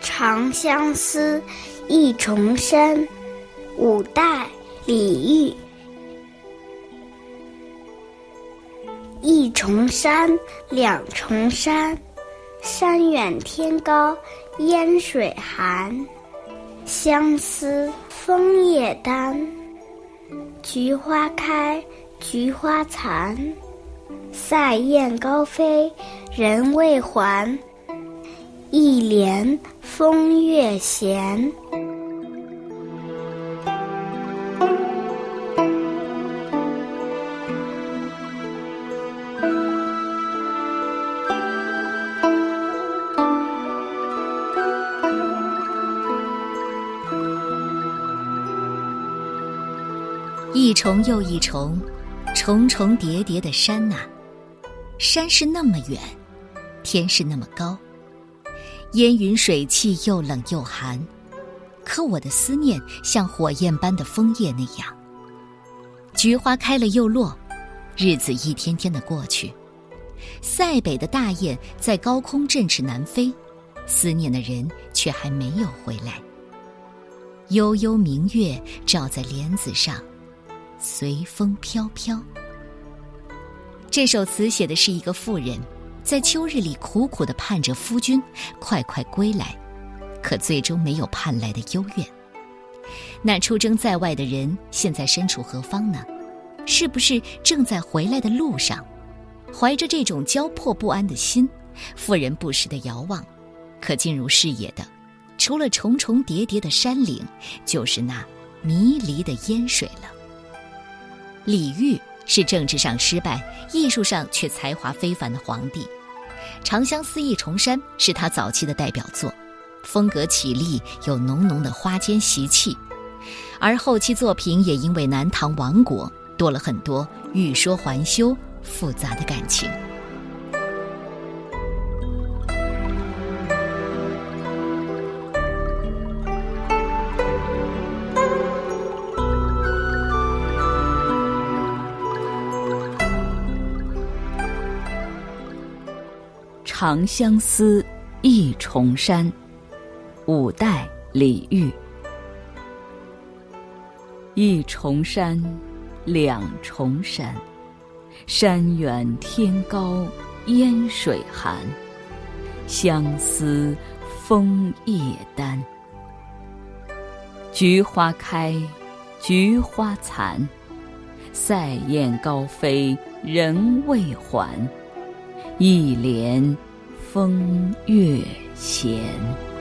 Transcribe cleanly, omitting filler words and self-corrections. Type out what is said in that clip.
长相思，一重山。五代，李煜。一重山，两重山，山远天高烟水寒。相思，枫叶丹。菊花开，菊花残。塞雁高飞，人未还。一帘风月闲。 一重又一重，重重叠叠的山呐，山是那么远，天是那么高，烟云水汽又冷又寒，可我的思念像火焰般的枫叶那样。菊花开了又落，日子一天天的过去，塞北的大雁在高空振翅南飞，思念的人却还没有回来。悠悠明月照在帘子上，随风飘飘。这首词写的是一个妇人在秋日里苦苦地盼着夫君快快归来，可最终没有盼来的幽怨。那出征在外的人现在身处何方呢？是不是正在回来的路上？怀着这种焦迫不安的心，妇人不时地遥望，可进入视野的除了重重叠叠的山岭，就是那迷离的烟水了。李煜是政治上失败，艺术上却才华非凡的皇帝。长相思一重山是他早期的代表作，风格绮丽，有浓浓的花间习气。而后期作品也因为南唐亡国，多了很多欲说还休、复杂的感情。 长相思，一重山。五代，李煜。一重山，两重山，山远天高烟水寒。相思，枫叶丹。菊花开，菊花残。塞雁高飞，人未还。一帘风月闲。